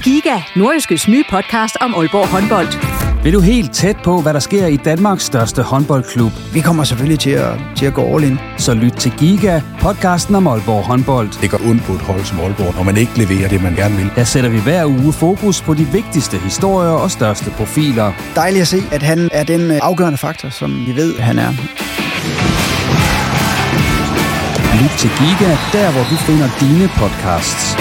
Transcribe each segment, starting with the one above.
Giga, Nordjyskes nye podcast om Aalborg håndbold. Vil du helt tæt på, hvad der sker i Danmarks største håndboldklub? Vi kommer selvfølgelig til at gå all in. Så lyt til Giga, podcasten om Aalborg håndbold. Det går ondt på et hold som Aalborg, når man ikke leverer det, man gerne vil. Der sætter vi hver uge fokus på de vigtigste historier og største profiler. Dejligt at se, at han er den afgørende faktor, som vi ved, han er. Lyt til Giga, der hvor du finder dine podcasts.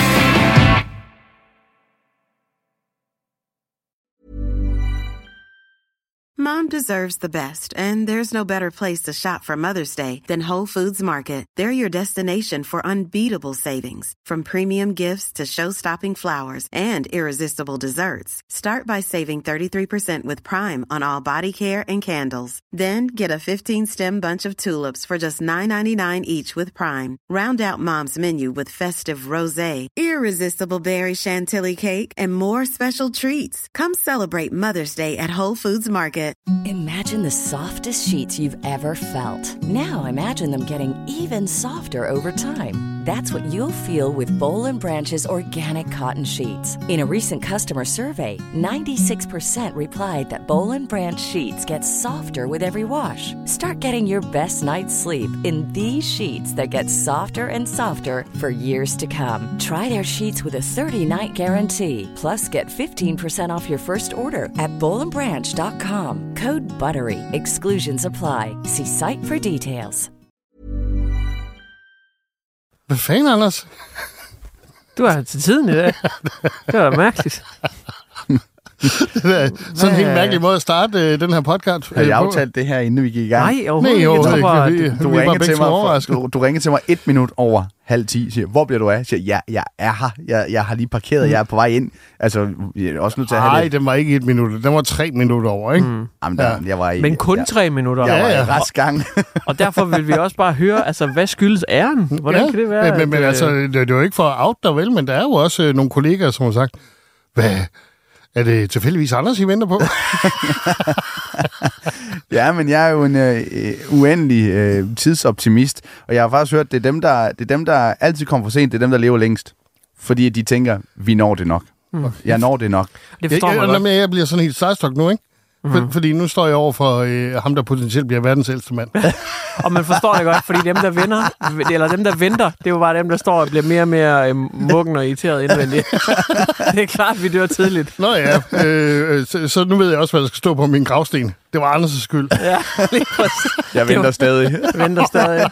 Mom deserves the best, and there's no better place to shop for Mother's Day than Whole Foods Market. They're your destination for unbeatable savings, from premium gifts to show-stopping flowers and irresistible desserts. Start by saving 33% with Prime on all body care and candles. Then get a 15-stem bunch of tulips for just $9.99 each with Prime. Round out Mom's menu with festive rosé, irresistible berry chantilly cake, and more special treats. Come celebrate Mother's Day at Whole Foods Market. Imagine the softest sheets you've ever felt. Now imagine them getting even softer over time. That's what you'll feel with Boll & Branch's organic cotton sheets. In a recent customer survey, 96% replied that Boll & Branch sheets get softer with every wash. Start getting your best night's sleep in these sheets that get softer and softer for years to come. Try their sheets with a 30-night guarantee. Plus, get 15% off your first order at bollandbranch.com. Code BUTTERY. Exclusions apply. See site for details. Hvad fanden, Anders? Du er til tiden i dag. Det var mærkeligt. Det er sådan en helt mærkelig måde at starte den her podcast. Har I aftalt det her, inden vi gik i gang? Nej, overhovedet ikke. Du ringede til mig 1 minut over 9:30, siger, hvor bliver du af? Jeg siger, jeg er her. Jeg har lige parkeret, jeg er på vej ind. Altså, jeg er også nødt til at have det. Nej, den var ikke 1 minut. Den var 3 minutter over, ikke? Jamen, jeg var i, men kun 3 minutter. Jeg var i rask gang. Og derfor vil vi også bare høre, altså, hvad skyldes æren? Hvordan kan det være? Men altså, det er jo ikke for at out dig vel, men der er jo også nogle kollegaer, som har sagt, hvad... Er det tilfældigvis Anders, I venter på? Ja, men jeg er jo en uendelig tidsoptimist, og jeg har faktisk hørt, det er dem, der altid kommer for sent, det er dem, der lever længst. Fordi de tænker, vi når det nok. Jeg når det nok. Det forstår man jeg bliver sådan helt starstruck nu, ikke? Fordi nu står jeg over for ham, der potentielt bliver verdens ældste mand. Og man forstår det godt, fordi dem, der vinder, eller dem, der venter, det er jo bare dem, der står og bliver mere og mere muggen og irriteret indvendigt. Det er klart, vi dør tidligt. Nå ja, så nu ved jeg også, hvad der skal stå på min gravsten. Det var Anders' skyld. Ja, lige præcis. Jeg venter stadig. Venter stadig.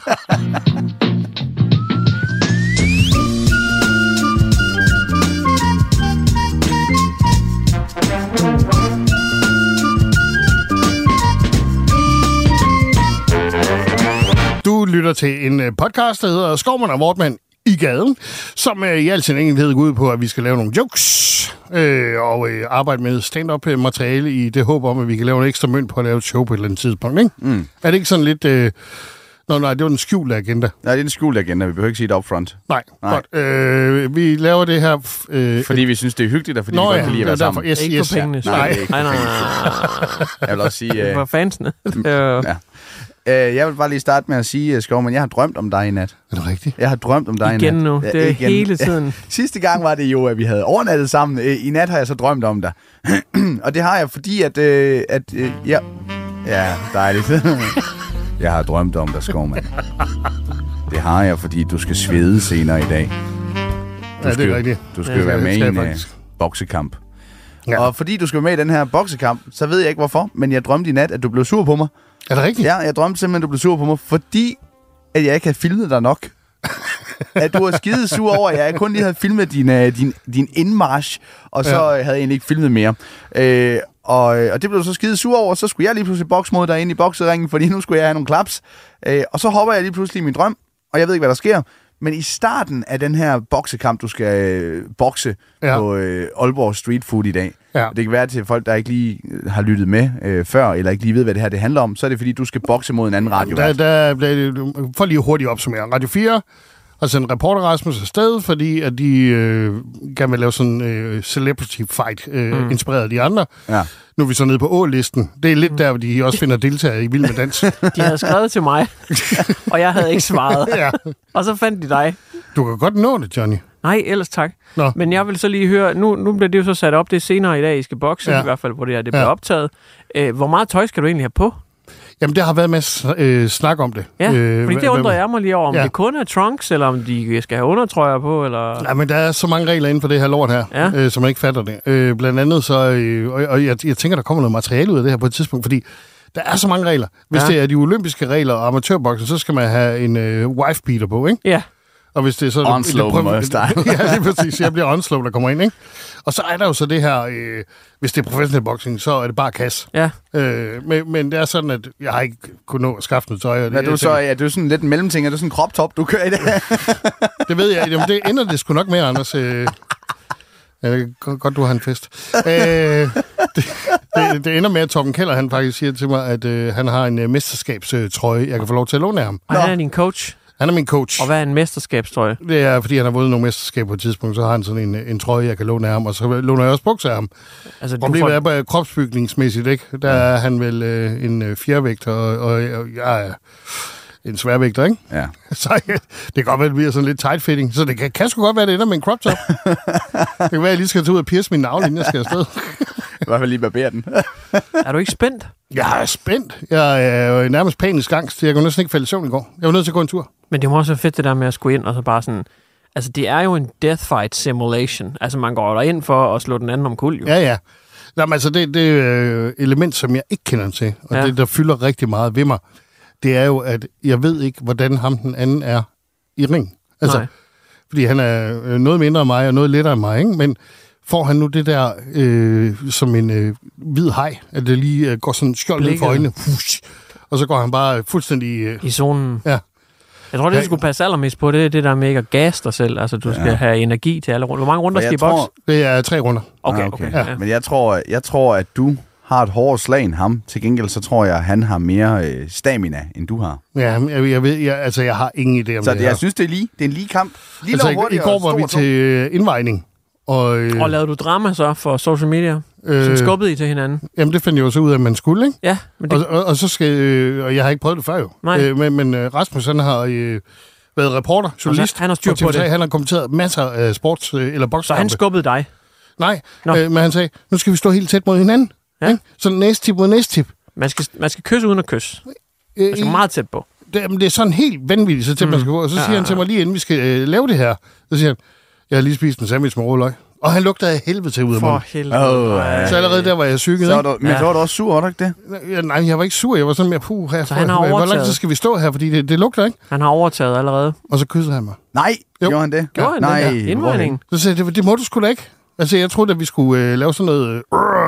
Du lytter til en podcast, der hedder Skovman og Wortmann i gaden, som i al sin enkelhed går ud på, at vi skal lave nogle jokes og arbejde med stand-up materiale i det håb om, at vi kan lave en ekstra mønt på at lave et show på et eller andet tidspunkt, ikke? Er det ikke sådan lidt... Nej, det var den skjulte agenda. Nej, det er den skjulte agenda. Vi behøver ikke sige det upfront. Nej. Godt. Vi laver det her... fordi vi synes, det er hyggeligt, og fordi vi godt kan lide at være sammen. Yes, ikke for pengene. Nej. Jeg vil også sige... for fansene. Ja. Jeg vil bare lige starte med at sige, Skovman, jeg har drømt om dig i nat. Er det rigtigt? Jeg har drømt om dig i nat. Igen nu. Det er hele tiden. Ja. Sidste gang var det jo, at vi havde overnattet sammen. I nat har jeg så drømt om dig. Og det har jeg, fordi at ja, dejligt. Jeg har drømt om dig, Skovman. Det har jeg, fordi du skal svede senere i dag. Det er rigtigt. Du skal være med i en boksekamp. Ja. Og fordi du skal være med i den her boksekamp, så ved jeg ikke hvorfor, men jeg drømte i nat, at du blev sur på mig. Er det rigtigt? Ja, jeg drømte simpelthen, at du blev sur på mig, fordi at jeg ikke havde filmet dig nok. At du var skide sur over, at jeg kun lige havde filmet din indmarch, og så havde jeg egentlig ikke filmet mere. Og det blev du så skide sur over, så skulle jeg lige pludselig bokse mod dig ind i bokseringen, fordi nu skulle jeg have nogle klaps. Og så hopper jeg lige pludselig i min drøm, og jeg ved ikke, hvad der sker. Men i starten af den her boksekamp, du skal bokse på Aalborg Street Food i dag, det kan være til folk, der ikke lige har lyttet med før, eller ikke lige ved, hvad det her det handler om, så er det fordi, du skal bokse mod en anden radio. For lige hurtigt opsummere. Radio 4 har sendt reporter Rasmus afsted, fordi at de gerne vil lave sådan en celebrity fight, inspireret af de andre. Ja. Nu er vi så nede på Å-listen. Det er lidt der, hvor de også finder deltagere i Vild med Dans. De havde skrevet til mig, og jeg havde ikke svaret. Og så fandt de dig. Du kan godt nå det, Johnny. Nej, ellers tak. Nå. Men jeg vil så lige høre, nu bliver det jo så sat op, det er senere i dag, I skal bokse, i hvert fald, hvor det bliver optaget. Hvor meget tøj skal du egentlig have på? Jamen, der har været masser snak om det. Ja, fordi det undrer jeg mig lige over, om det kun er trunks, eller om de skal have undertrøjer på, eller... Nej, men der er så mange regler inden for det her lort her, så man ikke fatter det. Blandt andet så... og jeg tænker, der kommer noget materiale ud af det her på et tidspunkt, fordi der er så mange regler. Hvis det er de olympiske regler og amatørboksen, så skal man have en wife-beater på, ikke? Ja. Og hvis det er så... Onslow style. Ja, det er præcis. Jeg bliver Onslow, der kommer ind, ikke? Og så er der jo så det her... hvis det er professionel boksning, så er det bare kasse. Ja. Men det er sådan, at jeg har ikke kunnet nå at skaffe noget tøj. Hvad du så? Ja, det er sådan lidt en mellemting. Er det sådan en crop top, du kører i det? Det ved jeg. Jamen, det ender det sgu nok med, Anders. Godt, du har en fest. Det ender med, at Torben Keller, han faktisk siger til mig, at han har en mesterskabstrøje, jeg kan få lov til at låne af ham. Og han er din coach? Han er min coach. Og hvad er en mesterskabstrøje? Det er, fordi han har vundet nogle mesterskab på et tidspunkt, så har han sådan en trøje, jeg kan låne af ham, og så låner jeg også bukser af ham. Altså, problemet er bare kropsbygningsmæssigt, ikke? Der er han vel en fjervægter, og jeg er en sværvægter, ikke? Ja. Så det kan godt være, at det bliver sådan lidt tight-fitting, så det kan sgu godt være, at det ender med en crop top. Det kan være, at jeg lige skal tage ud og pierce min navle, inden jeg skal afsted. I hvert fald lige barbere den. Er du ikke spændt? Jeg er spændt. Jeg er jo nærmest panisk angst. Jeg kunne næsten ikke falde i søvn i går. Jeg var nødt til at gå en tur. Men det må også være fedt, det der med at skulle ind og så bare sådan... Altså, det er jo en death fight simulation. Altså, man går der ind for at slå den anden omkuld, jo. Ja. Jamen, altså, det er element, som jeg ikke kender til, og det, der fylder rigtig meget ved mig, det er jo, at jeg ved ikke, hvordan ham den anden er i ring. Altså, fordi han er noget mindre end mig, og noget lettere end mig, ikke? Men får han nu det der som en hvid haj, at det lige går sådan skjold ned for øjnene, og så går han bare fuldstændig... I zonen. Ja. Jeg tror, det, du skulle passe allermest på, det der med ikke at gas dig selv. Altså, du skal have energi til alle runder. Hvor mange runder skal I bokse? Det er 3 runder. Okay. Ja. Men jeg tror, at du har et hårdere slag end ham. Til gengæld, så tror jeg, at han har mere stamina, end du har. Ja, jeg har ingen idé om så det jeg synes, det er lige. Det er en lige kamp. Lige altså, i går var vi til indvejning. Og lavede du drama så for social media? Som skubbede I til hinanden? Jamen, det fandt jeg jo så ud af, at man skulle, ikke? Ja. Men det... og så skal... og jeg har ikke prøvet det før, jo. Men Rasmus, han har været reporter, journalist. Han har styr på det. Han har kommenteret masser af sports- eller bokskampe. Så han skubbede dig? Nej, men han sagde, nu skal vi stå helt tæt mod hinanden. Ja. Ikke? Så næstip mod næstip. Man skal kysse uden at kysse. Man skal meget tæt på. Det er sådan helt vanvittigt, så tæt man skal gå. Og så siger han til mig lige inden vi skal lave det her, så siger han, jeg har lige spist en sandwich med rødløg. Og han lugter af helvede til ud af munden. For helvede. Så allerede der var jeg psyket. Men så var du også sur, var du ikke det? Nej, jeg var ikke sur. Jeg var sådan mere her. Så han har overtaget. Hvor lang tid skal vi stå her, fordi det lugter, ikke? Han har overtaget allerede. Og så kyssede han mig. Nej, gjorde han det? Gjorde han det? Indvejningen. Så sagde jeg, det må du sgu da ikke. Altså, jeg troede, at vi skulle lave sådan noget...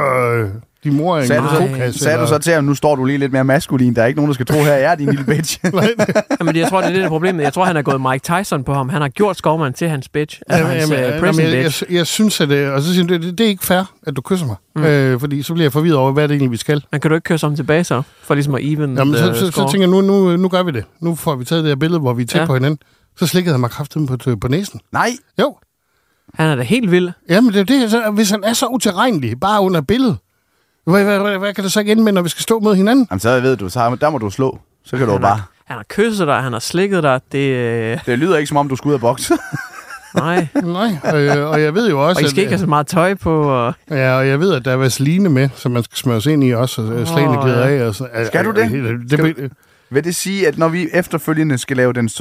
de mor sagde du så til ham, nu står du lige lidt mere maskulin. Der er ikke nogen, der skal tro, her er din lille bitch. Jamen, jeg tror, det er det, der problemet. Jeg tror, han har gået Mike Tyson på ham. Han har gjort Skovmand til hans bitch. Altså, jeg synes, at... Og så siger han, det er ikke fair, at du kysser mig. Fordi så bliver jeg forvirret over, hvad det egentlig, vi skal. Men kan du ikke kysse ham tilbage så? For ligesom at even jamen, så tænker jeg, nu gør vi det. Nu får vi taget det her billede, hvor vi er tæt på hinanden. Så slikkede han mig kraftigt på næsen. Nej. Jo. Han er da helt vild. Jamen, det er det. Så, hvis han er så utilregnelig, bare under billedet, hvad kan det så ikke ende med, når vi skal stå mod hinanden? Jamen, så ved du, der må du slå. Så kan du bare... Han har kysset dig, han har slikket dig. Det lyder ikke, som om du skal ud af bokse. Nej. Og jeg ved jo også... Og I skal ikke have så meget tøj på. Ja, og jeg ved, at der er vaseline med, som man skal smøre sig ind i også, og slagene glider af. Og så, skal du det? Vil det sige, at når vi efterfølgende skal lave den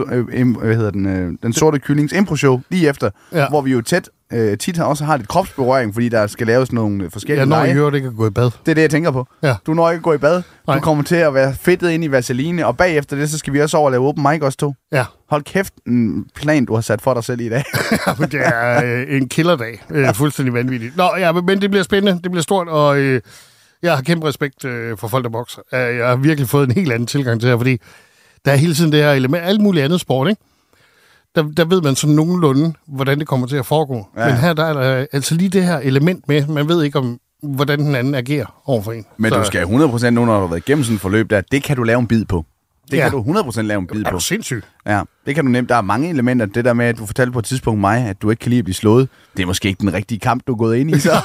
sorte kyllings impro-show lige efter, hvor vi jo tit også har lidt kropsberøring, fordi der skal laves nogle forskellige leje. Jeg når ikke at gå i bad. Det er det, jeg tænker på. Ja. Du når ikke at gå i bad. Nej. Du kommer til at være fedtet ind i vaseline, og bagefter det, så skal vi også over og lave open mic også to. Ja. Hold kæft, en plan, du har sat for dig selv i dag. Det er en killerdag. Fuldstændig vanvittigt. Nå, ja, men det bliver spændende. Det bliver stort, og... jeg har kæmpe respekt for folk, der bokser. Jeg har virkelig fået en helt anden tilgang til det her, fordi der er hele tiden det her element, alt muligt andet sport, ikke? Der ved man sådan nogenlunde, hvordan det kommer til at foregå. Ja. Men her der er der altså lige det her element med, man ved ikke om, hvordan den anden agerer overfor en. Men du skal 100% nu, når du har været igennem sådan et forløb der, det kan du lave en bid på. Det kan du 100% lave en bid på. Er du sindssyg? Ja, det kan du nemt. Der er mange elementer. Det der med, at du fortalte på et tidspunkt mig, at du ikke kan lide at blive slået. Det er måske ikke den rigtige kamp, du er gået ind i, så.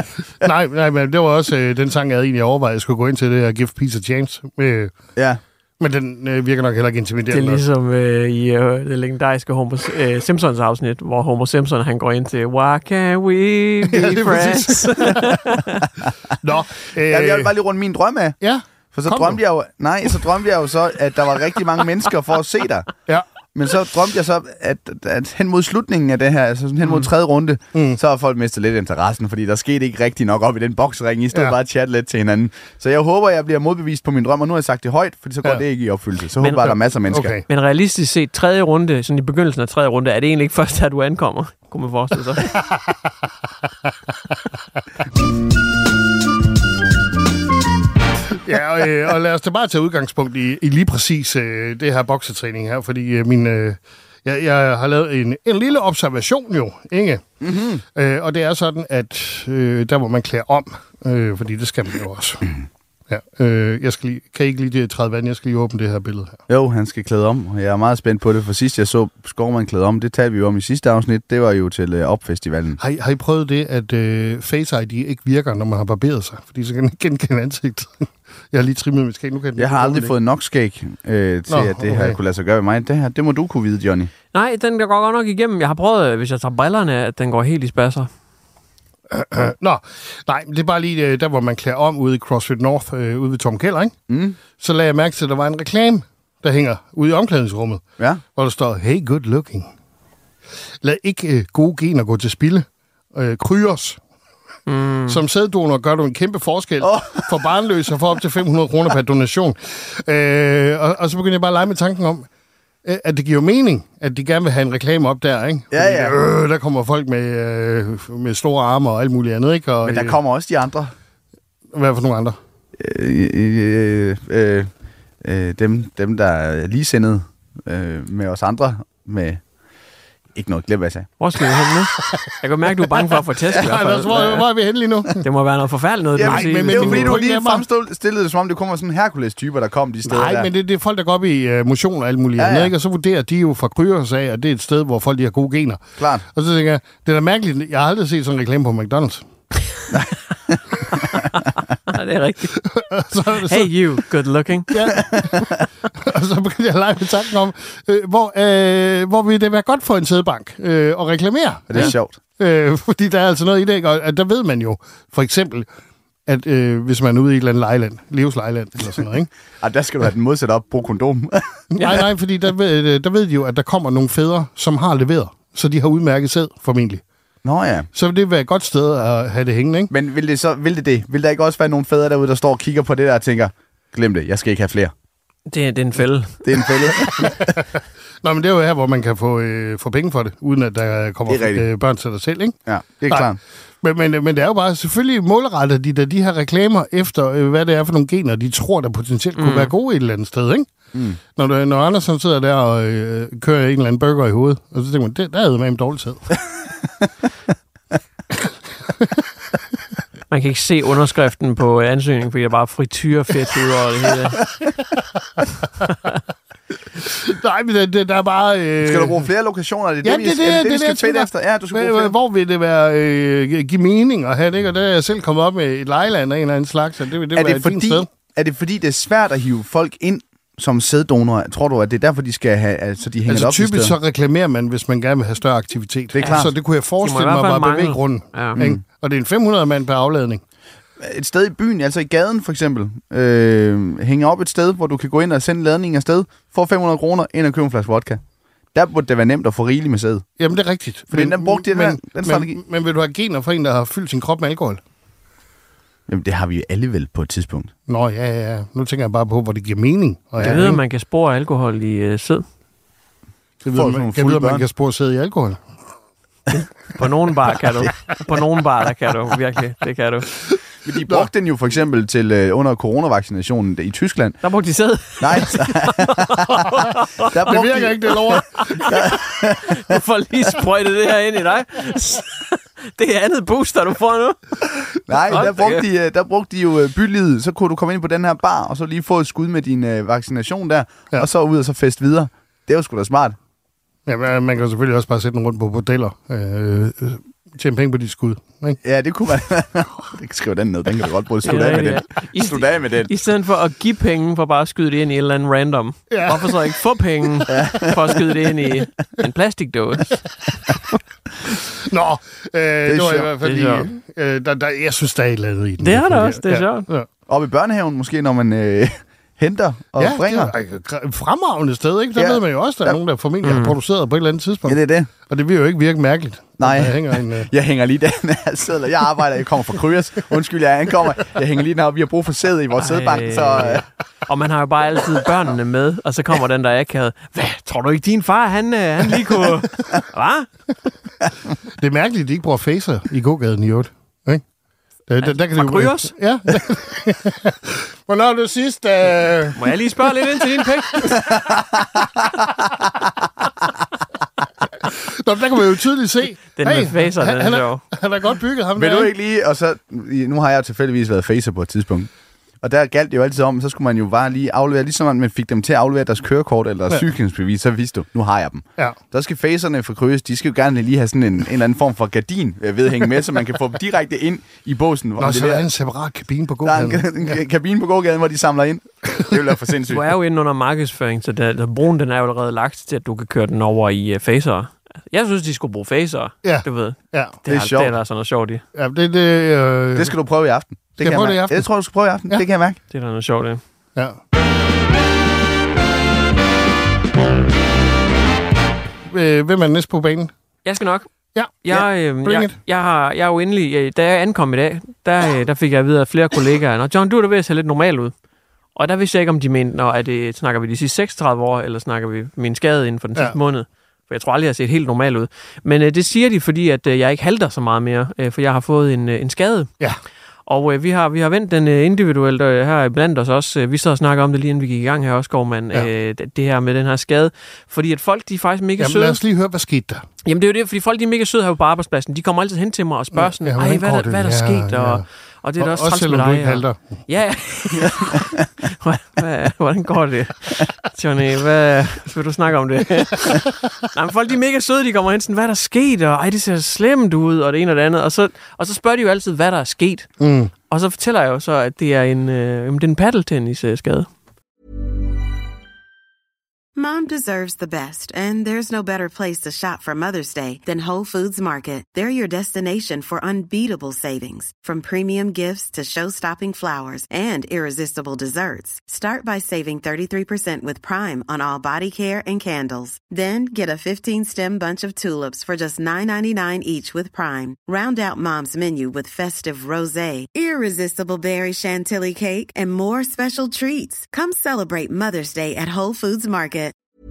nej, men det var også den sang, jeg havde egentlig overvejet, at jeg skulle gå ind til det her Give Peace a Chance. Men den virker nok heller ikke intimiderende. Det er ligesom i det legendariske Simpsons-afsnit, hvor Homer Simpson han går ind til Why can't we be friends? Nå, Jeg vil bare lige runde min drøm af. Ja. For så drømte jeg jo så, at der var rigtig mange mennesker for at se dig. Ja. Men så drømte jeg så, at hen mod slutningen af det her, altså hen mod tredje runde, så har folk mistet lidt interessen, fordi der skete ikke rigtig nok op i den boksring. I stod bare og chatte lidt til hinanden. Så jeg håber, jeg bliver modbevist på min drøm, og nu har jeg sagt det højt, fordi så går det ikke i opfyldelse. Så håber jeg, der er masser af mennesker. Okay. Men realistisk set, tredje runde, sådan i begyndelsen af tredje runde, er det egentlig ikke først, at du ankommer? Kunne man forestille sig. Ja, og lad os da bare tage udgangspunkt i lige præcis det her boksetræning her, fordi jeg har lavet en lille observation jo, ikke? Mm-hmm. Og det er sådan, at der hvor man klæder om, fordi det skal man jo også. Ja, kan I ikke lige træde vand? Jeg skal lige åbne det her billede her. Jo, han skal klæde om, og jeg er meget spændt på det, for sidst jeg så Skovmand klæde om, det talte vi jo om i sidste afsnit, det var jo til Opfestivalen. Har I prøvet det, at Face ID ikke virker, når man har barberet sig? Fordi så kan man ikke genkende ansigtet. Jeg har lige trimmet mit skæg. Jeg har aldrig fået nok skæg til, at det her kunne lade sig gøre ved mig. Det må du kunne vide, Johnny. Nej, den går godt nok igennem. Jeg har prøvet, hvis jeg tager brillerne, at den går helt i spasser. Nej, det er bare lige der, hvor man klæder om ude i CrossFit North, ude ved Tom Keller, ikke? Mm. Så lagde jeg mærke til, at der var en reklame, der hænger ude i omklædningsrummet, hvor der står, hey, good looking. Lad ikke gode gener gå til spilde. Kryos. Som sæddonor gør du en kæmpe forskel for barnløse og får op til 500 kroner per donation. Og så begynder jeg bare at lege med tanken om, at det giver mening, at de gerne vil have en reklame op der, ikke? Ja. Fordi, der kommer folk med store arme og alt muligt andet, ikke? Og, men der kommer også de andre. Hvad for nogle andre? Dem, der er ligesindede med os andre, med... Ikke noget, glem hvad jeg sagde. Hvor skal vi hen nu? Jeg kan mærke, at du er bange for at få tæsk i hvert fald. Hvor er vi henne lige nu? Det må være noget forfærdeligt noget, du sige. Men det er jo fordi, du lige fremstillede det, som om det kommer sådan en Hercules-typer, der kom de steder der. Nej, men det er folk, der går op i motion og alt muligt andet, ikke? Og så vurderer de jo fra Kryos af, at det er et sted, hvor folk de har gode gener. Klart. Og så tænker jeg, det er da mærkeligt. Jeg har aldrig set sådan en reklame på McDonald's. Det er rigtigt. Hey you, good looking. Ja. Og så begyndte jeg at lege med tanken om, hvor vil det være godt for en sædebank at reklamere. Det er sjovt. Fordi der er altså noget i det, ikke? Og der ved man jo, for eksempel, at hvis man er ude i et eller andet lejland, livslejland eller sådan noget, ikke? Der skal du have den modsatte op, brug kondom. Nej, fordi der ved de jo, at der kommer nogle fædre, som har leveret, så de har udmærket sæd, formentlig. Nå ja. Så vil det være et godt sted at have det hængende, ikke? Men vil der ikke også være nogle fædre derude, der står og kigger på det der og tænker, glem det, jeg skal ikke have flere? Det er en fælde. Det er en fælde. Nå, men det er jo her, hvor man kan få penge for det, uden at der kommer børn til dig selv, ikke? Ja, det er klart. Men det er jo bare, selvfølgelig målretter de her reklamer efter, hvad det er for nogle gener, de tror, der potentielt kunne være gode et eller andet sted, ikke? Mm. Når Andersen sidder der og kører en eller anden burger i hovedet, og så tænker man, der er med en dårlig sæd. Man kan ikke se underskriften på ansøgningen, fordi der bare frityrer fedt ud over det hele. Nej, men der er bare... Skal du bruge flere lokationer? Det er det skal fedt efter. Ja, du skal bruge hvor vil det være give mening at have det, ikke? Og der er jeg selv kommet op med et lejland af en eller anden slags, og det vil være et fint sted. Er det fordi, det er svært at hive folk ind som sæddonorer? Tror du, at det er derfor, de skal have, altså de hænger op i stedet? Typisk så reklamerer man, hvis man gerne vil have større aktivitet. Det er klart. Så det kunne jeg forestille mig var bevæggrunden. Ja. Og det er en 500 mand per afladning. Et sted i byen, altså i gaden for eksempel, hænger op et sted, hvor du kan gå ind og sende ladningen afsted, få 500 kroner, ind og købe en flaske vodka. Der burde det være nemt at få rigeligt med sæd. Jamen, det er rigtigt. Fordi den brugte den strategi. Men vil du have gener for en, der har fyldt sin krop med alkohol? Jamen, det har vi jo alle vel på et tidspunkt. Nå, ja. Nu tænker jeg bare på, hvor det giver mening. Jeg ved, at man kan spore alkohol i sæd. Det ved man kan spore sæd i alkohol. På nogen bar kan du. På nogen bar, der kan du virkelig. Det kan du. Men de brugte den jo for eksempel til under coronavaccinationen i Tyskland. Der brugte de sæd? Nej. Det virker ikke, det lort. Du får lige sprøjtet det her ind i dig. Det er andet booster, du får nu. Nej, der brugte de jo bylivet. Så kunne du komme ind på den her bar, og så lige få et skud med din vaccination der, og så ud og så fest videre. Det var sgu da smart. Ja, man kan selvfølgelig også bare sætte den rundt på bordeller. tjene penge på de skud. Ikke? Ja, det kunne man. Det skriver den ned. Den kan du godt bruge. Slut af med den. Slut af med den. I stedet for at give penge for bare at skyde det ind i et eller andet random. Ja. Hvorfor så ikke få penge for at skyde det ind i en plastikdåse? Nå, det var i hvert fald lige... jeg synes, der er et eller andet i den. Det er der også. Det er sjovt. Ja. Oppe i børnehaven måske, når man... henter og bringer. Ja, det er et fremragende sted, ikke? Der ved man jo også, der er nogen, der formentlig har produceret på et eller andet tidspunkt. Ja, det er det. Og det vil jo ikke virke mærkeligt. Nej, jeg hænger lige den her sædler. Jeg arbejder, jeg kommer fra Kryos. Undskyld, jeg ankommer. Jeg hænger lige den her, vi har brug for sæde i vores sædebank. Så, Og man har jo bare altid børnene med, og så kommer den der akavet. Hvad? Tror du ikke, din far, han lige kunne... Hvad? Det er mærkeligt, at de ikke bruger facer i gågaden i 8. Ikke? Der kan fra Kryos? Ja. Hvornår du sidst... Må jeg lige spørge lidt ind til din pæk? Nå, der kan man jo tydeligt se. Den med facer, han er godt bygget ham. Vil du ikke lige... Og så, nu har jeg tilfældigvis været facer på et tidspunkt. Og der galt det jo altid om, så skulle man jo bare lige aflevere, ligesom man fik dem til at aflevere deres kørekort eller deres sygesikringsbevis, så vidste du, nu har jeg dem. Ja. Der skal facerne fra Kryos, de skal jo gerne lige have sådan en eller anden form for gardin vedhænge med, så man kan få dem direkte ind i båsen. Nå, så der er en separat kabine på gågaden. Der er en kabine på gågaden, hvor de samler ind. Det vil være for sindssygt. Du er jo inde under markedsføring, så broen den er jo allerede lagt til, at du kan køre den over i facer. Jeg synes, de skulle bruge facer, du ved. Ja. Det er sjovt. Det er der sådan noget sjovt i. Ja, det skal du prøve i aften. Det kan jeg mærke. Jeg tror, du skal prøve i aften. Ja. Det kan jeg mærke. Det er der noget sjovt i. Ja. Hvem er næste på banen? Jeg skal nok. Ja. Jeg er jo endelig... Da jeg ankom i dag, der fik jeg at vide af flere kollegaer, Nå, John, du er da ved at se lidt normal ud. Og der vidste jeg ikke, om de mente, snakker vi de sidste 36 år, eller snakker vi min skade inden for den sidste måned. For jeg tror aldrig, jeg har set helt normal ud. Men det siger de, fordi at jeg ikke halter så meget mere, for jeg har fået en skade. Ja. Og vi har vendt den individuelt her blandt os også. Vi så og snakker om det lige inden vi gik i gang her også, Skovmand. Det her med den her skade. Fordi at folk, de er faktisk mega søde. Lad os lige høre, hvad skete der? Jamen det er jo det, fordi folk, de er mega søde her på arbejdspladsen. De kommer altid hen til mig og spørger sådan, hvad er der sket? Og det er da også træls med dig. Også selvom du ikke halter. Ja. Hvordan går det? Johnny, hvad vil du snakke om det? Nej, men folk, de er mega søde. De kommer hen sådan, hvad er der sket? Og det ser slemt ud, og det ene og det andet. Og så spørger de jo altid, hvad der er sket. Mm. Og så fortæller jeg jo så, at det er en paddeltennis-skade. Mom deserves the best, and there's no better place to shop for Mother's Day than Whole Foods Market. They're your destination for unbeatable savings, from premium gifts to show-stopping flowers and irresistible desserts. Start by saving 33% with Prime on all body care and candles. Then get a 15-stem bunch of tulips for just $9.99 each with Prime. Round out Mom's menu with festive rosé, irresistible berry chantilly cake, and more special treats. Come celebrate Mother's Day at Whole Foods Market.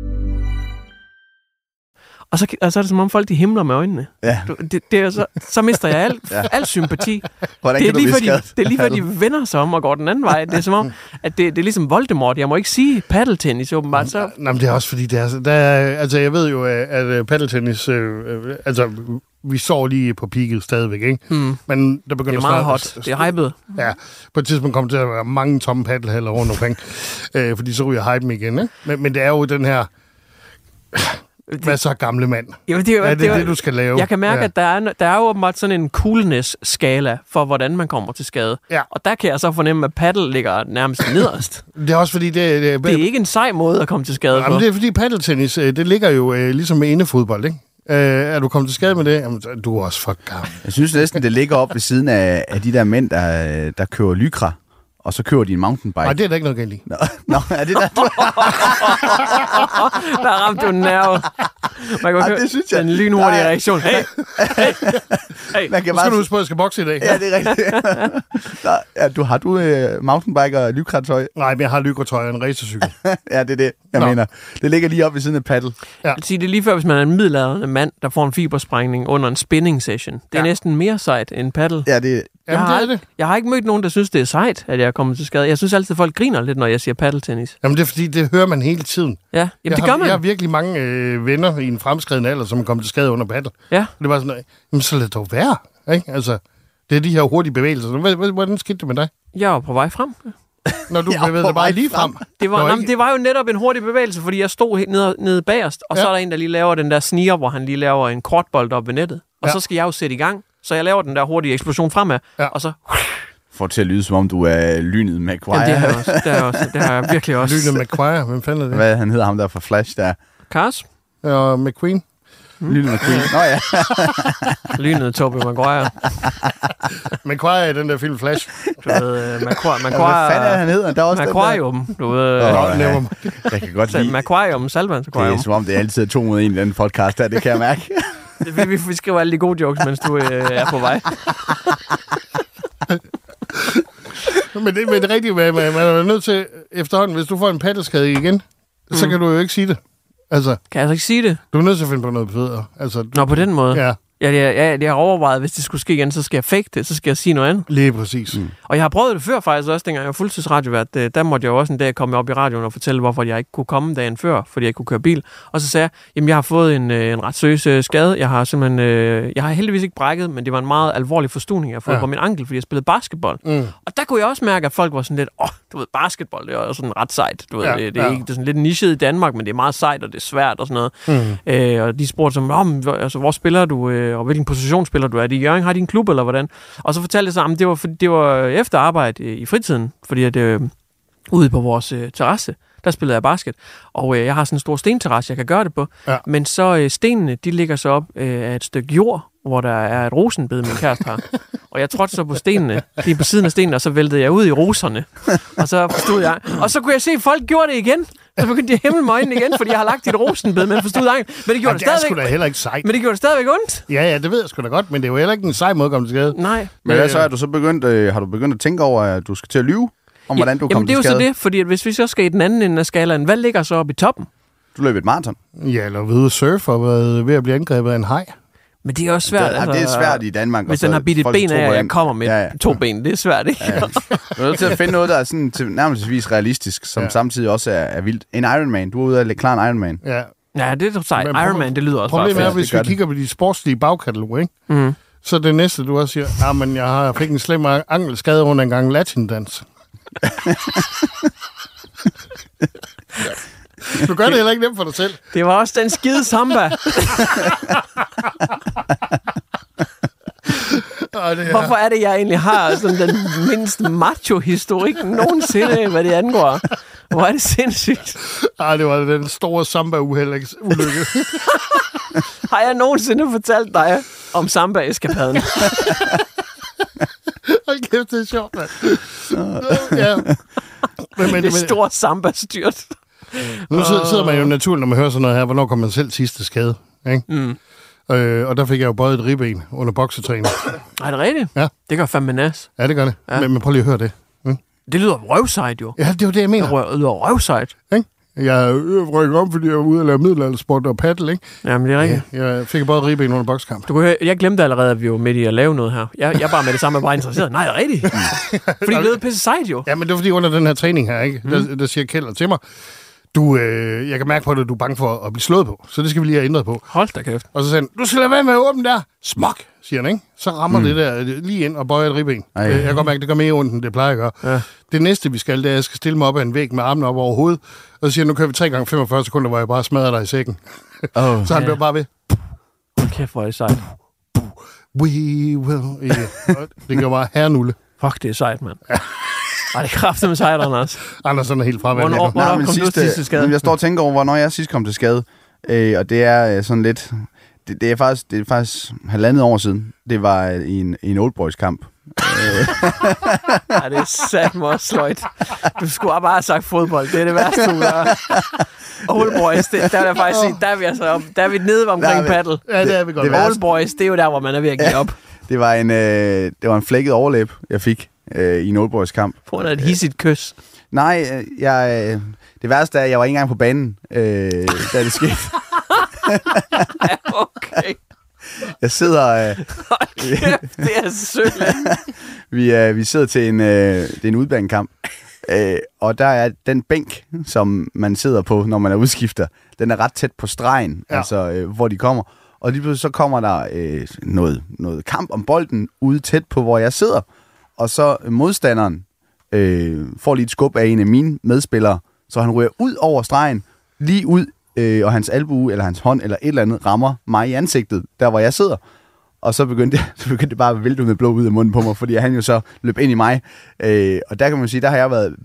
Og så er det som om folk, de himler med øjnene. Ja. Det er så mister jeg al sympati. Det er lige før de vender sig om og går den anden vej. Det er som om, at det er ligesom Voldemort. Jeg må ikke sige paddeltennis, åbenbart. Så. Nej, men det er også fordi, altså jeg ved jo, at paddeltennis, vi står lige på peaket stadigvæk, ikke? Mm. Men der begynder det er meget hot. Det er hypet. Ja, på et tidspunkt kommer til at være mange tomme paddelhaller rundt omkring, fordi så ryger hypen igen, ikke? Men det er jo den her... Hvad så, gamle mand? Jo, det, du skal lave. Jeg kan mærke, at der er jo åbenbart sådan en coolness-skala for, hvordan man kommer til skade. Ja. Og der kan jeg så fornemme, at paddle ligger nærmest nederst. Det er også fordi, det er ikke en sej måde at komme til skade på. Jamen, det er fordi paddeltennis, det ligger jo ligesom med indefodbold, ikke? Er du kommet til skade med det? Jamen, du er også for gammel. Jeg synes næsten, det ligger op ved siden af de der mænd, der kører Lycra. Og så kører de en mountainbike. Nej, det er da ikke noget galt i. Nå, er det der? Der ramte du en nerve. Man kan det synes jeg. En lynhurtig reaktion. Hey. Nu skal du huske på, at jeg skal bokse i dag. Ja, det er rigtigt. Har du mountainbike og Lycra-tøj? Nej, men jeg har Lycra-tøj og en racercykel. Ja, det er det, jeg mener. Det ligger lige op ved siden af paddle. Ja. Jeg vil sige, det er lige før, hvis man er en middelaldrende mand, der får en fibersprængning under en spinning session. Det er næsten mere sejt end paddle. Ja, det Jeg har ikke mødt nogen, der synes, det er sejt, at jeg er kommet til skade. Jeg synes altid, at folk griner lidt, når jeg siger paddeltennis. Jamen, det er fordi, det hører man hele tiden. Ja, jamen, det gør man. Jeg har virkelig mange venner i en fremskreden alder, som er kommet til skade under paddle. Ja. Det var sådan, jamen, så lad dog være. Ikke? Altså, det er de her hurtige bevægelser. Hvordan skete det med dig? Jeg var på vej frem. når du bevægede dig bare lige frem. Det var jo netop en hurtig bevægelse, fordi jeg stod helt nede bagerst, og så er der en, der lige laver den der sniger, hvor han lige laver en kortbold op ved nettet. Og så skal jeg jo sætte i gang, så jeg laver den der hurtige eksplosion fremad, og så... Får til at lyde, som om du er Lynet McQuire. Jamen, det har jeg virkelig også. Lynet McQuire, hvem fanden er det? Hvad han hedder ham der fra Flash, der? Cars? Og McQueen. Lynet McQueen. Nå ja. Lynet Tobey Maguire. McQuire i den der film Flash. Du ved, Maguire. Hvad fanden er han hedder? Der er også Maguire, du ved. Jeg kan godt lide. Maguire, Salvans Maguire. Det er som om, det er altid 2 mod 1 i den podcast der, det kan jeg mærke. Vi skriver alle de gode jokes, mens du er på vej. Men det er rigtigt, man er nødt til efterhånden, hvis du får en paddeskade igen, så kan du jo ikke sige det. Altså, kan jeg altså ikke sige det? Du er nødt til at finde på noget bedre. Altså, Nå, på den måde? Ja. Jeg har overvejet, hvis det skulle ske igen, så skal jeg fake det, så skal jeg sige noget andet. Lige præcis. Og jeg har prøvet det før faktisk også, dengang jeg var fuldtidsradiovært. Der måtte jeg jo også en dag komme op i radioen og fortælle, hvorfor jeg ikke kunne komme dagen før, fordi jeg ikke kunne køre bil. Og så sagde jeg, jamen jeg har fået en ret seriøs skade. Jeg har simpelthen, jeg har heldigvis ikke brækket, men det var en meget alvorlig forstuning, jeg har fået på min ankel, fordi jeg spillede basketball. Og der kunne jeg også mærke, at folk var sådan lidt, du ved, basketball, det er jo sådan ret sejt. Du ved, det er ikke det er sådan lidt nichet i Danmark, men det er meget sejt, og det er svært og sådan noget. Og de spurgte som, altså, hvor spiller du, og hvilken position spiller du? Er det i Hjørring? Har de en klub, eller hvordan? Og så fortalte jeg så, at det var, fordi det var efter arbejde i fritiden, fordi at ude på vores terrasse, der spillede jeg basket. Og jeg har sådan en stor stenterrasse, jeg kan gøre det på. Ja. Men så stenene, de ligger så op af et stykke jord, hvor der er et rosenbed, min kæreste har. Og jeg trådte så på stenene, lige på siden af stenene, og så væltede jeg ud i roserne. Og så forstod jeg. Og så kunne jeg se, at folk gjorde det igen. Så begyndte jeg at hæmme med øjnene igen, fordi jeg har lagt et rosenbed, men forstod jeg. Men det gjorde det stadigvæk. Det er sgu da heller ikke sejt. Men det gjorde det stadigvæk ondt. Ja, det ved jeg sgu da godt, men det er jo heller ikke en sej måde at komme til skade. Nej. Men hvad så er du så begyndt, har du begyndt at tænke over, at du skal til at lyve? Om hvordan du kommer til skade? Jamen det er jo så det, fordi at hvis vi så skal i den anden ende af skalaen, hvad ligger så oppe i toppen? Du løb et maraton. Ja, eller ved at surfe og ved at blive angrebet af en haj. Men det er også svært. Det er svært i Danmark. Hvis den har bidt et ben af, og jeg kommer med 2 ben, det er svært, ikke? Ja. Du er nødt til at finde noget, der er sådan nærmest realistisk, som samtidig også er vildt. En Ironman. Du er ude at klare en Ironman. Ja, det er sejt. Ironman, det lyder også bare fedt. Problemet er, hvis vi kigger på de sportslige bagkatalog, ikke? Så det næste, du også siger, men jeg fik en slem ankelskade under en gang latindans. Du gør det heller ikke nemt for dig selv. Det var også den skide samba. Hvorfor er det, jeg egentlig har sådan den mindst macho-historik nogensinde, hvad det angår? Hvor er det sindssygt. Det var den store samba-ulykke. Har jeg nogensinde fortalt dig om samba-eskapaden? Hold kæft, det er sjovt, mand. Ja. Det er stort samba-styrt. Nu sidder man jo naturligt, når man hører sådan noget her, hvornår kommer man selv sidste skade, ikke? Og der fik jeg jo bøjet et ribben under boksetræning. Er det rigtigt? Ja. Det gør fandme nas. Ja, det gør det. Ja. Men prøv lige at høre det. Det lyder røvsejt jo. Ja, det er jo det, jeg mener. Det lyder røvsejt. Ikke? Jeg rykket om, fordi jeg var ude og lave middelaldersport og paddle, ikke? Jamen, det er rigtigt. Ja, jeg fik bare ribben under bokskamp. Du kunne høre, jeg glemte allerede, at vi var midt i at lave noget her. Jeg er bare med det samme, bare interesseret. Nej, det er rigtigt. Fordi det lød pisse sejt jo. Ja, men det var fordi under den her træning her, ikke? Der siger Kjeld til mig, jeg kan mærke på det, at du er bange for at blive slået på. Så det skal vi lige have ændret på. Hold da kæft. Og så sagde han, du skal lade være med at åbne der. Smuk, siger han, ikke? Så rammer det der lige ind og bøjer et ribben. Jeg kan godt mærke, at det gør mere ondt, end det plejer at gøre. Ja. Det næste, vi skal, det er, at jeg skal stille mig op ad en væg med armene op over hovedet. Og så siger han, nu kører vi 3 gange 45 sekunder, hvor jeg bare smadrer dig i sækken. Så han bliver bare ved. Kæft, hvor er det sejt. We will... Yeah. Det gør bare hernulle. Fuck, det er sejt, mand. Det er kraftigt med sejt, Anders. Andersen er helt fraværende. Hvornår kom du til skade? Jeg står og tænker over, hvornår jeg sidst kom til skade. Og det er sådan lidt... Det er faktisk 1,5 år siden. Det var i en Old Boys kamp. Det er satme også sløjt. Du skulle bare have sagt fodbold. Det er det værste, du gør. Old Boys, der vil jeg faktisk sige, der er vi nede omkring paddle. Ja, det er vi godt. Old Boys, det er jo der, hvor man er ved at give op. Det var en flækket overlæb, jeg fik i en Old Boys kamp. På et hissigt kys. Nej, det værste er, at jeg var ikke engang på banen, da det skete. Okay. Jeg sidder... det er sødt. Vi sidder til en udbanekamp, og der er den bænk, som man sidder på, når man er udskifter, den er ret tæt på stregen, altså hvor de kommer. Og lige pludselig så kommer der noget kamp om bolden ude tæt på, hvor jeg sidder. Og så modstanderen får lige et skub af en af mine medspillere, så han ryger ud over stregen, lige ud, og hans albue, eller hans hånd, eller et eller andet, rammer mig i ansigtet, der hvor jeg sidder. Og så begyndte det bare at vælte med blod ud af munden på mig, fordi han jo så løb ind i mig. Og der kan man sige, der har jeg været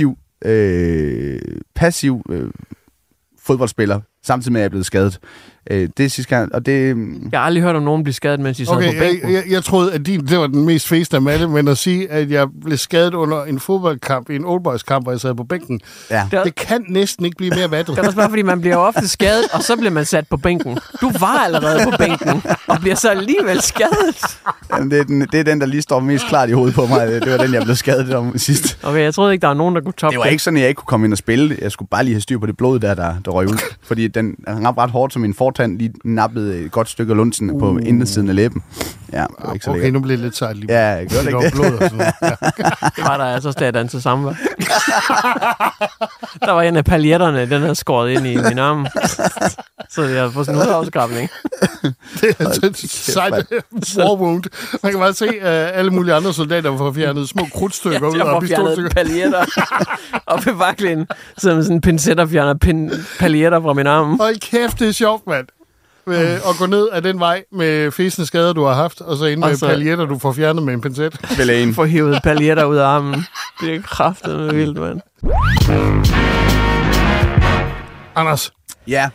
passiv fodboldspiller, samtidig med at jeg er blevet skadet. Det er sidste gang, og det... Jeg har aldrig hørt om nogen blive skadet, mens de sad på bænken. Jeg troede, at det var den mest fæste af dem alle, men at sige, at jeg blev skadet under en fodboldkamp, en Old Boys kamp, hvor jeg sad på bænken, det kan næsten ikke blive mere vattet. Det er også bare, fordi man bliver ofte skadet, og så bliver man sat på bænken. Du var allerede på bænken, og bliver så alligevel skadet. Jamen, det er den, der lige står mest klart i hovedet på mig. Det var den, jeg blev skadet om sidst. Okay, jeg troede ikke, der var nogen, der kunne toppe det. Var ikke sådan, at jeg ikke kunne komme ind og spille. Jeg skulle bare lige have styr på det blod, der røg ud. Fordi den ramte ret hårdt, som en fortand lige nappede et godt stykke af lunsen på indersiden af læben. Ja, det var ikke så lækkert. Nu bliver det lidt sejt lige. Ja, jeg gjorde det ikke. Blod og sådan noget. Ja. Det var der altså stadig danset sammen. Der var en af paljetterne, den havde skåret ind i min arm. Så jeg havde fået sådan en udafskrabning. Det er et sejt war wound. Man kan bare se alle mulige andre soldater, der får fjernet små krudtstykker ud af pistolstykker. Jeg får fjernet paljetter op i vaklen, som sådan en pincetter fjerner paljetter fra min arm. Hold kæft, det er sjovt, mand. Og gå ned ad den vej med fæsende skader, du har haft, og så ind med paljetter, du får fjernet med en pincet. Får hivet paljetter ud af armen. Det er kraftedeme vildt, mand. Anders. Ja.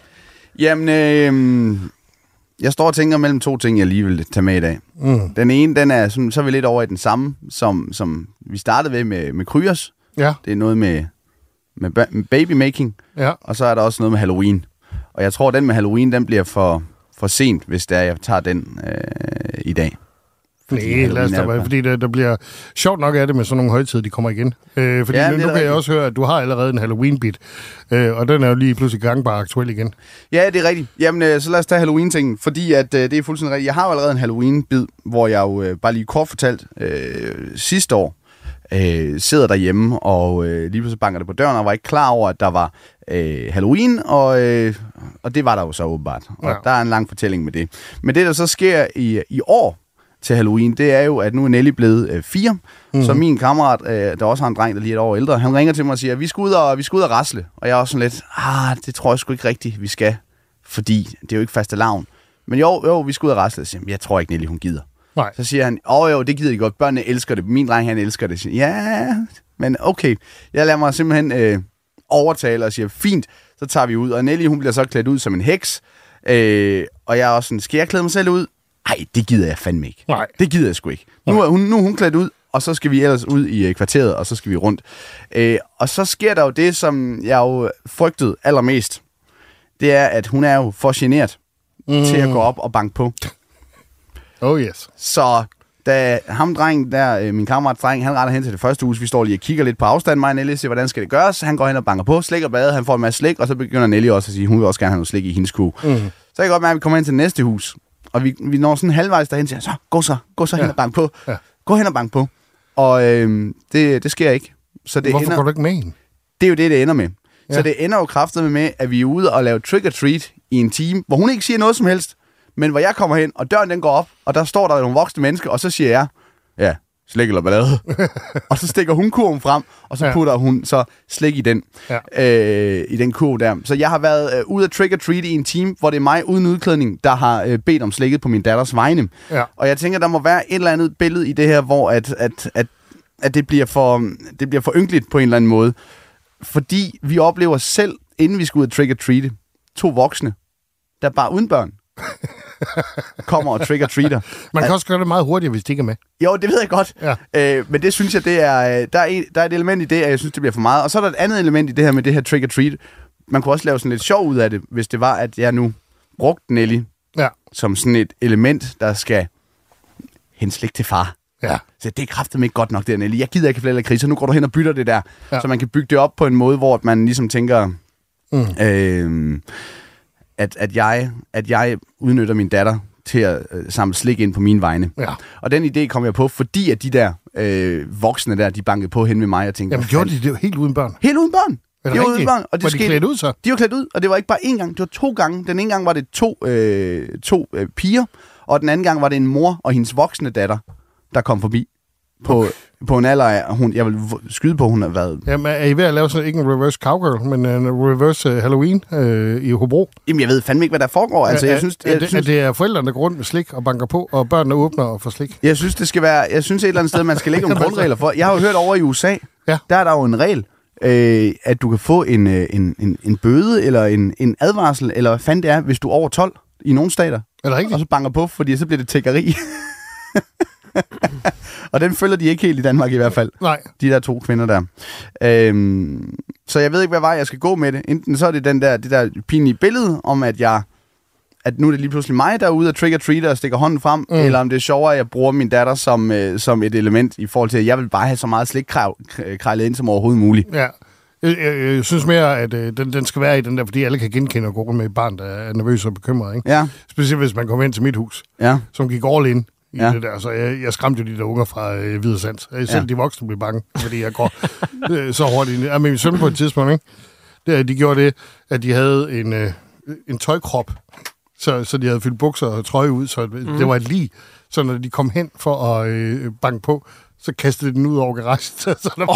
Jamen, jeg står og tænker mellem to ting, jeg lige vil tage med i dag. Den ene, den er så er vi lidt over i den samme, som vi startede med Kryos. Ja. Det er noget med babymaking. Ja. Og så er der også noget med Halloween. Og jeg tror, den med Halloween, den bliver for sent, hvis det er, jeg tager den i dag. Nej, lad os da bare, fordi der bliver sjovt nok af det med sådan nogle højtider, de kommer igen. Fordi nu kan jeg også høre, at du har allerede en Halloween-bit, og den er jo lige pludselig gangbar aktuel igen. Ja, det er rigtigt. Jamen, så lad os tage Halloween-tingen, fordi at, det er fuldstændig rigtigt. Jeg har jo allerede en Halloween-bid, hvor jeg jo bare lige kort fortalt sidste år sidder derhjemme, og lige pludselig banker det på døren, og var ikke klar over, at der var Halloween, og det var der jo så åbenbart. Og der er en lang fortælling med det. Men det, der så sker i år til Halloween, det er jo, at nu er Nelly blevet 4, så min kammerat, der også har en dreng, der lige er et år ældre, han ringer til mig og siger, at vi skal ud og rasle. Og jeg er også sådan lidt, det tror jeg sgu ikke rigtigt, vi skal, fordi det er jo ikke fastelavn. Men jo, vi skal ud og rasle. Så siger jeg tror ikke, Nelly, hun gider. Nej. Så siger han, jo, det gider de godt. Børnene elsker det. Min dreng, han elsker det. Siger, ja, men okay. Jeg lader mig simpelthen overtale og siger, fint, så tager vi ud. Og Nelly, hun bliver så klædt ud som en heks. Og jeg er også sådan, skal jeg klæde mig selv ud? Nej, det gider jeg fandme ikke. Nej. Det gider jeg sgu ikke. Nu er hun klædt ud, og så skal vi ellers ud i kvarteret, og så skal vi rundt. Og så sker der jo det, som jeg jo frygtede allermest. Det er, at hun er jo for genert til at gå op og banke på. Oh yes. Så da ham dreng der, min kammerat dreng, han retter hen til det første hus, vi står lige og kigger lidt på afstand, mig og Nelly, siger, hvordan skal det gøres? Han går hen og banker på, slikker badet, han får en masse slik, og så begynder Nelly også at sige, hun vil også gerne have noget slik i hendes kurv. Så jeg kan godt mærke, at vi kommer hen til næste hus, og vi når sådan halvvejs derhen til, så gå så hen og bank på. Ja. Gå hen og bank på. Og det sker ikke. Så det Hvorfor går du ikke med hende? Det er jo det ender med. Ja. Så det ender jo kraftigt med, at vi er ude og lave trick or treat i en time, hvor hun ikke siger noget som helst, men hvor jeg kommer hen, og døren den går op, og der står der nogle voksne mennesker, og så siger jeg, ja, slik eller ballade. Og så stikker hun kurven frem, og så putter hun så slik i den, i den kurv der. Så jeg har været ude af trick or treat i en time, hvor det er mig uden udklædning, der har bedt om slikket på min datters vegne. Ja. Og jeg tænker, der må være et eller andet billede i det her, hvor at det bliver for ynkeligt på en eller anden måde. Fordi vi oplever selv, inden vi skal ud af trick or treat, 2 voksne, der bare uden børn, kommer og trick-or-treater. Man kan også gøre det meget hurtigere, hvis de ikke er med. Jo, det ved jeg godt. Ja. Men det synes jeg, det er, der er et element i det, at jeg synes, det bliver for meget. Og så er der et andet element i det her med det her trick-or-treat. Man kunne også lave sådan lidt sjov ud af det, hvis det var, at jeg nu brugte Nelly som sådan et element, der skal hente slik til far. Ja. Så det er kraftedeme ikke godt nok, det Nelly. Jeg gider ikke flere kriser. Nu går du hen og bytter det der. Ja. Så man kan bygge det op på en måde, hvor man ligesom tænker... At jeg udnytter min datter til at samle slik ind på mine vegne. Ja. Og den idé kom jeg på, fordi at de der voksne der, de bankede på hen med mig og tænkte... Jamen gjorde de det jo helt uden børn? Helt uden børn! De var uden børn. Og var de klædt ud så? De var klædt ud, og det var ikke bare én gang, det var 2 gange. Den ene gang var det to piger, og den anden gang var det en mor og hendes voksne datter, der kom forbi. på en alder af, jeg vil skyde på, hun har været... Jamen, er I ved at lave sådan, ikke en reverse cowgirl, men en reverse Halloween i Hobro? Jamen, jeg ved fandme ikke, hvad der foregår. Altså, jeg synes, at det er forældrene, der går rundt med slik og banker på, og børnene åbner og får slik? Jeg synes, det skal være... Jeg synes et eller andet sted, man skal lægge nogle grundregler for. Jeg har jo hørt over i USA, der er der jo en regel, at du kan få en bøde, eller en advarsel, eller hvad fanden det er, hvis du er over 12 i nogle stater. Er det rigtigt? Og så banker på, fordi så bliver det tiggeri. Og den følger de ikke helt i Danmark i hvert fald. Nej. De der 2 kvinder der. Så jeg ved ikke, hvad vej jeg skal gå med det. Enten så er det det der pinlige billede om, at nu er det lige pludselig mig, der er ude og trick-or-treater og stikker hånden frem, eller om det er sjovere, at jeg bruger min datter som et element i forhold til, at jeg vil bare have så meget slik krejlet ind som overhovedet muligt. Ja. Jeg synes mere, at den skal være i den der, fordi alle kan genkende og gå rundt med et barn, der er nervøs og bekymret. Ikke? Ja. Specielt hvis man kommer ind til mit hus, som gik all in i det der. Så jeg skræmte jo de der unger fra Hvide Sands. Selv de voksne blev bange, fordi jeg går så hurtigt. Men min søn på et tidspunkt, ikke? De gjorde det, at de havde en tøjkrop, så de havde fyldt bukser og trøje ud, så det var et lig. Så når de kom hen for at banke på, så kastede den ud over garagen. Så der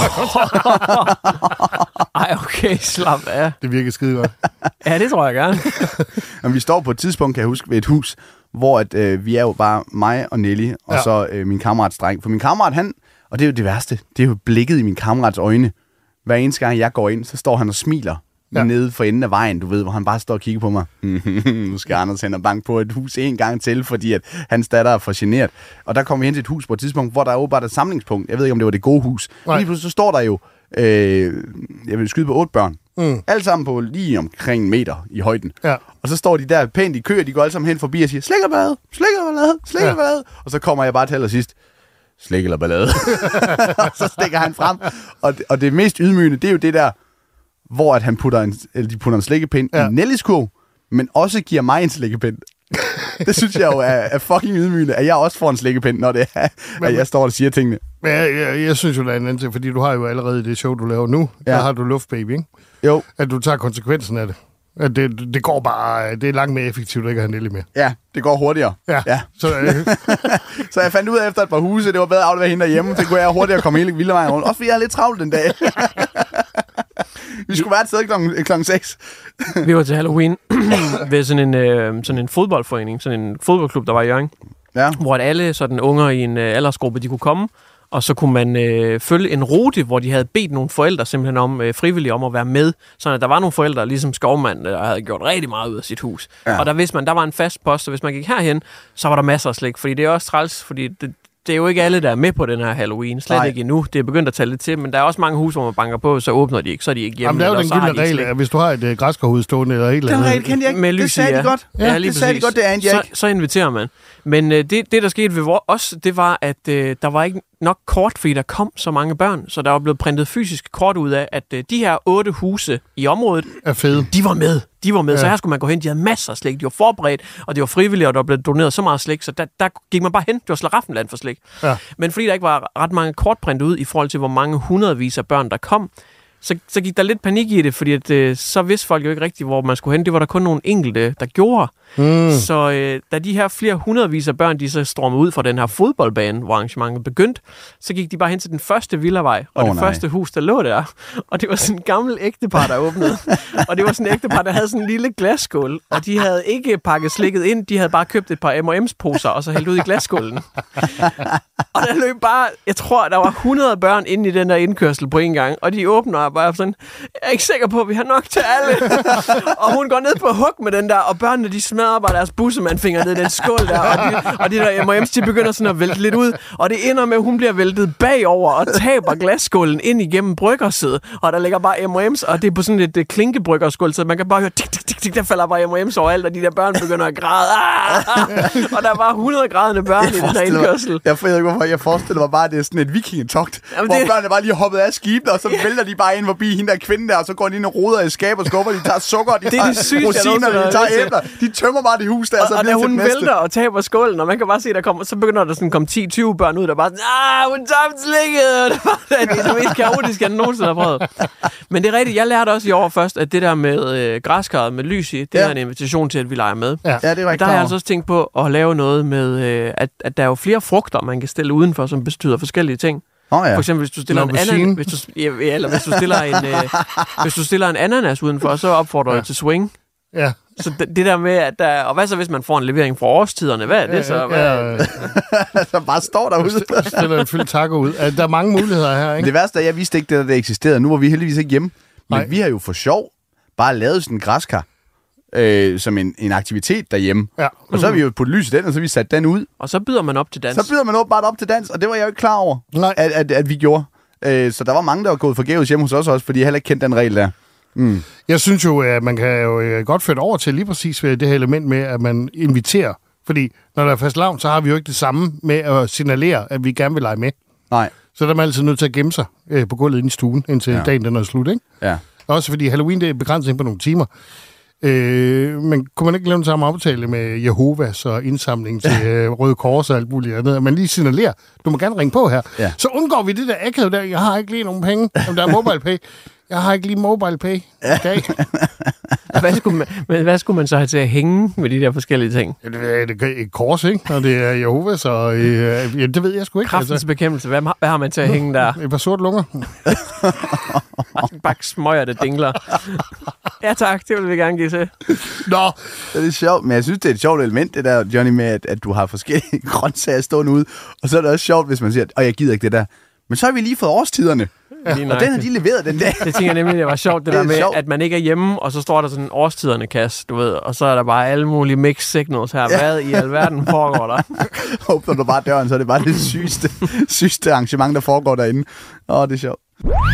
Ej, okay, slap af. Det virker skide godt. Ja, det tror jeg gerne. Men vi står på et tidspunkt, kan jeg huske, ved et hus, hvor vi er jo bare mig og Nelly, og så min kammerats dreng. For min kammerat, og det er jo det værste, det er jo blikket i min kammerats øjne. Hver eneste gang jeg går ind, så står han og smiler nede for enden af vejen, du ved, hvor han bare står og kigger på mig. Nu skal Anders hen og banke på et hus en gang til, fordi at hans datter er for genert. Og der kommer vi hen til et hus på et tidspunkt, hvor der er åbenbart et samlingspunkt. Jeg ved ikke, om det var det gode hus. Lige pludselig så står der jo, jeg vil skyde på 8 børn. Alle sammen på lige omkring 1 meter i højden. Ja. Og så står de der pænt i kø, og de går alle sammen hen forbi og siger, slik eller ballade, slik eller ballade, slik eller ballade. Og så kommer jeg bare til allersidst, slik eller ballade. Og så stikker han frem. Og det mest ydmygende, det er jo det der, hvor at de putter en slikkepind i Nellys kurv, men også giver mig en slikkepind. Det synes jeg jo er fucking ydmygende, at jeg også får en slikkepind, når det er, at jeg står og siger tingene. Men jeg synes jo, der er en anden ting, fordi du har jo allerede det show, du laver nu, der har du luftbaby, ikke? Jo. At du tager konsekvensen af det. At det går bare, det er langt mere effektivt, ikke at have Nelly med. Ja, det går hurtigere. Ja. Så jeg fandt ud af efter et par huse, det var bedre at aflevere hende derhjemme, så kunne jeg hurtigere komme hele Vildevejen rundt. Også fordi jeg er lidt travlt den dag. Vi skulle være et sted klokken 6. Vi var til Halloween ved sådan en fodboldforening, sådan en fodboldklub, der var i Hjørring. Ja. Hvor alle sådan unger i en aldersgruppe, de kunne komme. Og så kunne man følge en rute, hvor de havde bedt nogle forældre simpelthen om, frivillige om at være med. Så der var nogle forældre, ligesom Skovmand, der havde gjort rigtig meget ud af sit hus. Ja. Og der vidste man, der var en fast post, så hvis man gik herhen, så var der masser af slik. Fordi det er også træls, fordi det er jo ikke alle, der er med på den her Halloween. Slet ikke endnu. Det er begyndt at tage lidt til, men der er også mange huse, hvor man banker på, så åbner de ikke, så er de ikke hjemme. Jamen, der er jo den gyldne regel, at hvis du har et græskarhoved stående eller et eller andet. Den regel kendte jeg ikke. Med lys, det sagde de godt. Ja, det sagde de godt, det er en jack. Så inviterer man. Men det, der skete ved os, det var, at der var ikke nok kort, fordi der kom så mange børn, så der var blevet printet fysisk kort ud af, at de her 8 huse i området, er fede. De var med, så her skulle man gå hen, de havde masser af slik, de var forberedt, og det var frivilligt, og der blev doneret så meget slik, så der gik man bare hen, det var slaraffenland for slik. Ja. Men fordi der ikke var ret mange kort printet ud, i forhold til, hvor mange hundredvis af børn, der kom, så gik der lidt panik i det, fordi at, så vidste folk jo ikke rigtigt, hvor man skulle hen. Det var der kun nogle enkelte, der gjorde. Så da de her flere hundredvis af børn, de så stormede ud fra den her fodboldbane, hvor arrangementet begyndte, så gik de bare hen til den første villavej, og det første hus, der lå der. Og det var sådan en gammel ægtepar, der åbnede. Og det var sådan en ægtepar, der havde sådan en lille glasskål, og de havde ikke pakket slikket ind, de havde bare købt et par M&M's-poser, og så hældt ud i glasskålen. Og der løb bare, jeg tror, der var 100 børn inde i den der indkørsel på en gang, og de åbner bare sådan, jeg er ikke sikker på, at vi har nok til alle. Og hun går ned på hug med den der, og børnene, de smadrer bare deres bussemandfinger ned i den skål der, og de der M&M's, de begynder sådan at vælte lidt ud, og det ender med, at hun bliver væltet bagover og taber glasskålen ind igennem bryggersædet, og der ligger bare M&M's, og det er på sådan et klinkebryggerskål, så man kan bare høre, tik, tik, tik, tik, der falder bare M&M's overalt, og de der børn begynder at græde. Og der var 100 grædende børn i den der indkørsel. Jeg ved ikke, hvorfor jeg forestiller mig bare, at det er sådan et vikingetogt, hvor børnene bare lige hoppet af skibet, og så vælter de bare ind ind forbi hende der kvinde der, og så går de ind og roder i skab og skubber, de tager sukker, de det er det sygeste, rosiner, de tager æbler. De tømmer bare det hus der, og så og da hun næste. vælter og taber skålen, og man kan bare se, så begynder der sådan komme 10-20 børn ud, der bare hun tabte slikket, og det er det mest kaotiske, jeg nogensinde har prøvet. Men det er rigtigt, jeg lærte også i år først, at det der med græskarret med lys i, det er en invitation til, at vi leger med. Ja, det er rigtigt. Der har jeg altså også tænkt på at lave noget med, at der er jo flere frugter, man kan stille udenfor, som betyder forskellige ting. For eksempel, hvis du stiller hvis du stiller en ananas udenfor, så opfordrer jeg til swing. Ja. Så det der med, at og hvad så, hvis man får en levering fra årstiderne? Hvad er det så? Så bare står derude. Stiller en fyldt taco ud. Der er mange muligheder her, ikke? Det værste er, at jeg vidste ikke, det eksisterede. Nu var vi heldigvis ikke hjemme. Men vi har jo for sjov bare lavet sådan en græskar. Som en aktivitet derhjemme. Ja. Og så har vi jo puttet lys i den, og så har vi sat den ud. Og så byder man op til dans. Så byder man bare op til dans, og det var jeg jo ikke klar over, at vi gjorde. Så der var mange, der var gået forgæves hjemme hos os også, fordi jeg heller ikke kendte den regel der. Mm. Jeg synes jo, at man kan jo godt føre over til lige præcis det her element med, at man inviterer. Fordi når der er fastelavn, så har vi jo ikke det samme med at signalere, at vi gerne vil lege med. Nej. Så der er man altid nødt til at gemme sig på gulvet inde i stuen, indtil dagen den er slut, ikke? Ja. Også fordi Halloween, det er begrænset på nogle timer. Men kunne man ikke lave en samme aftale med Jehovas og indsamling til Røde Kors og alt muligt andet? Man lige signalerer, du må gerne ringe på her. Ja. Så undgår vi det der akavet der, jeg har ikke lige nogen penge, om der er MobilePay. Jeg har ikke lige MobilePay i dag. Hvad skulle man så have til at hænge med de der forskellige ting? Ja, det er et kors, ikke? Og det er Jehovas, og det ved jeg sgu ikke. Kraftens bekæmpelse, hvad har man til at hænge der? Et par sorte lunger. Bare smøger, det dingler. Ja tak, det vil vi gerne give til. Nå. Det er sjovt, men jeg synes, det er et sjovt element, det der, Johnny, med, at du har forskellige grøntsager stående ude. Og så er det også sjovt, hvis man siger, jeg gider ikke det der. Men så har vi lige fået årstiderne. Ja. Og den har de leveret den dag. Det tænker jeg nemlig, det var sjovt, det der med, at man ikke er hjemme, og så står der sådan en årstiderne kasse, du ved, og så er der bare alle mulige mixed signals her. Ja. Hvad i alverden foregår der? Åbner du bare døren, så er det bare det sygeste arrangement, der foregår derinde. Det er sjovt.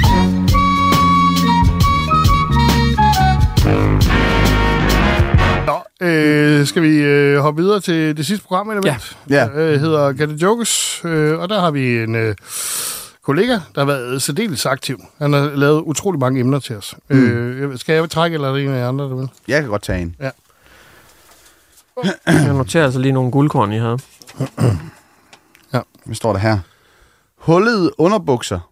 Skal vi hoppe videre til det sidste program element? Ja. Hedder Get the Jokes, og der har vi en kollega, der har været særdeles aktiv. Han har lavet utrolig mange emner til os. Skal jeg trække, eller er det en af jer andre, der vil? Jeg kan godt tage en. Ja. Jeg noterer altså lige nogle guldkorn, I havde. Ja. Hvad står der her? Hullede underbukser.